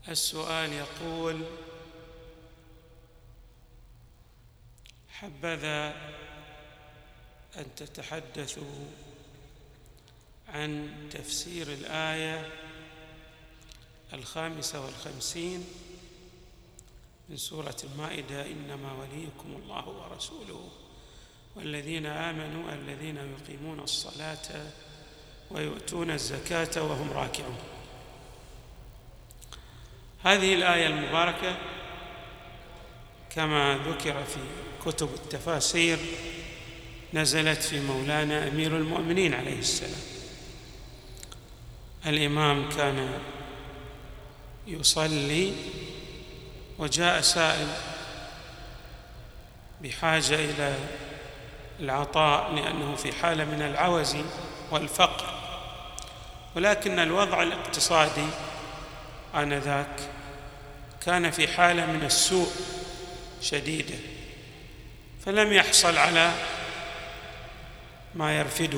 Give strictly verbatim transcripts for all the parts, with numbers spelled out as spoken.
السؤال يقول: حبذا أن تتحدثوا عن تفسير الآية الخامسة والخمسين من سورة المائدة: إنما وليكم الله ورسوله والذين آمنوا الذين يقيمون الصلاة ويؤتون الزكاة وهم راكعون. هذه الآية المباركة كما ذكر في كتب التفاسير نزلت في مولانا أمير المؤمنين عليه السلام. الإمام كان يصلي وجاء سائل بحاجة إلى العطاء لأنه في حالة من العوز والفقر، ولكن الوضع الاقتصادي آنذاك كان في حالة من السوء شديدة، فلم يحصل على ما يرفده.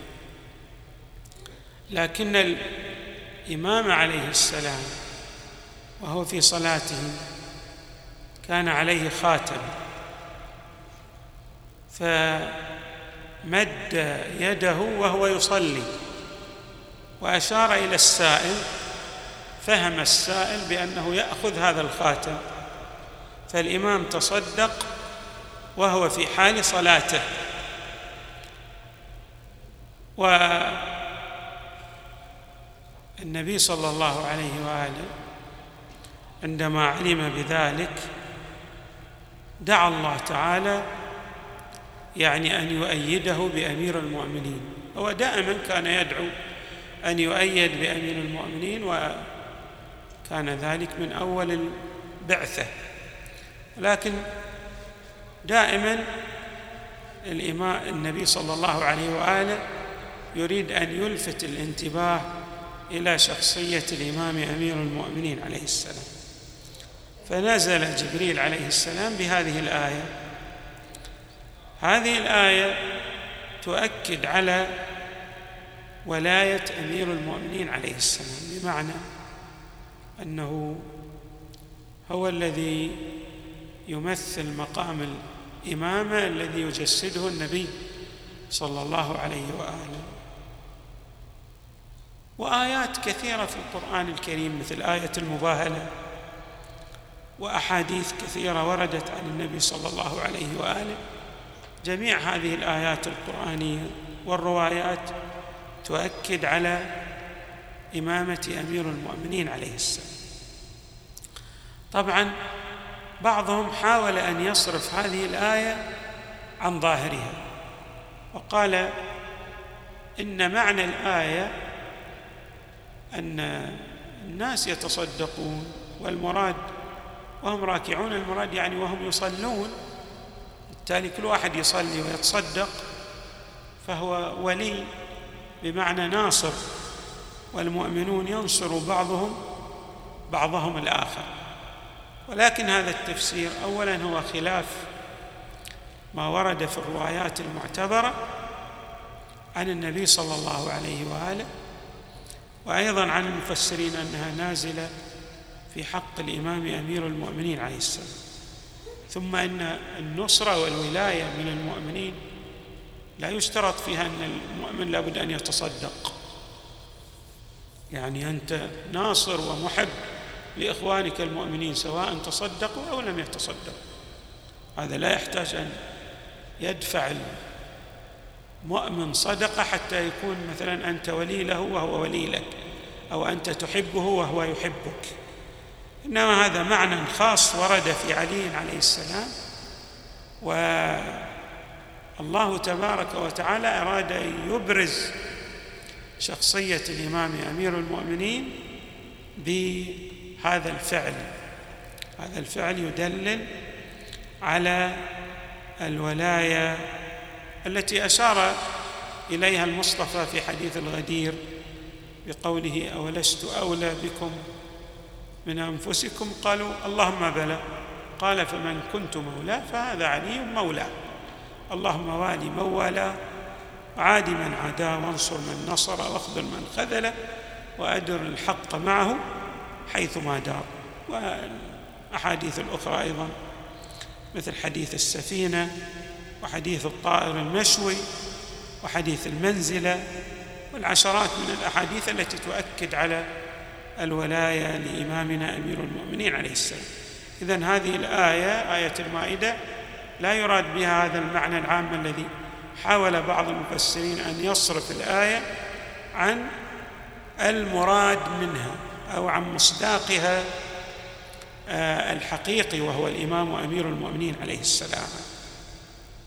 لكن الإمام عليه السلام وهو في صلاته كان عليه خاتم، فمد يده وهو يصلي وأشار إلى السائل، فهم السائل بأنه يأخذ هذا الخاتم، فالإمام تصدق وهو في حال صلاته. والنبي صلى الله عليه وآله عندما علم بذلك دعا الله تعالى يعني أن يؤيده بأمير المؤمنين. هو دائما كان يدعو أن يؤيد بأمير المؤمنين، وكان ذلك من أول البعثة، لكن دائما الإمام النبي صلى الله عليه وآله يريد أن يلفت الانتباه إلى شخصية الإمام أمير المؤمنين عليه السلام، فنزل جبريل عليه السلام بهذه الآية. هذه الآية تؤكد على ولاية أمير المؤمنين عليه السلام، بمعنى أنه هو الذي يمثل مقام الإمامة الذي يجسده النبي صلى الله عليه وآله. وآيات كثيرة في القرآن الكريم مثل آية المباهلة، وأحاديث كثيرة وردت عن النبي صلى الله عليه وآله. جميع هذه الآيات القرآنية والروايات تؤكد على إمامة أمير المؤمنين عليه السلام. طبعاً بعضهم حاول أن يصرف هذه الآية عن ظاهرها، وقال إن معنى الآية أن الناس يتصدقون، والمراد وهم راكعون، المراد يعني وهم يصلون، بالتالي كل واحد يصلي ويتصدق فهو ولي، بمعنى ناصر، والمؤمنون ينصر بعضهم بعضهم الآخر. ولكن هذا التفسير أولاً هو خلاف ما ورد في الروايات المعتبرة عن النبي صلى الله عليه وآله، وأيضاً عن المفسرين أنها نازلة في حق الإمام أمير المؤمنين عليه السلام. ثم إن النصرة والولاية من المؤمنين لا يشترط فيها أن المؤمن لابد أن يتصدق، يعني أنت ناصر ومحب لإخوانك المؤمنين سواء تصدقوا أو لم يتصدقوا، هذا لا يحتاج أن يدفع المؤمن صدقة حتى يكون مثلا أنت ولي له وهو ولي لك، أو أنت تحبه وهو يحبك. إنما هذا معنى خاص ورد في علي عليه السلام، والله تبارك وتعالى أراد أن يبرز شخصية الإمام أمير المؤمنين بهذا الفعل. هذا الفعل يدلل على الولاية التي أشار إليها المصطفى في حديث الغدير بقوله: أولست أولى بكم من أنفسكم؟ قالوا اللهم بلى. قال: فمن كنت مولاه فهذا علي مولاه، اللهم والي من والاه، وعاد من عاداه، وانصر من نصر، واخذل من خذله، وأدر الحق معه حيثما دار. والأحاديث الأخرى أيضا مثل حديث السفينة وحديث الطائر المشوي وحديث المنزلة والعشرات من الأحاديث التي تؤكد على الولاية لإمامنا أمير المؤمنين عليه السلام. إذن هذه الآية آية المائدة لا يراد بها هذا المعنى العام الذي حاول بعض المفسرين أن يصرف الآية عن المراد منها أو عن مصداقها الحقيقي وهو الإمام أمير المؤمنين عليه السلام.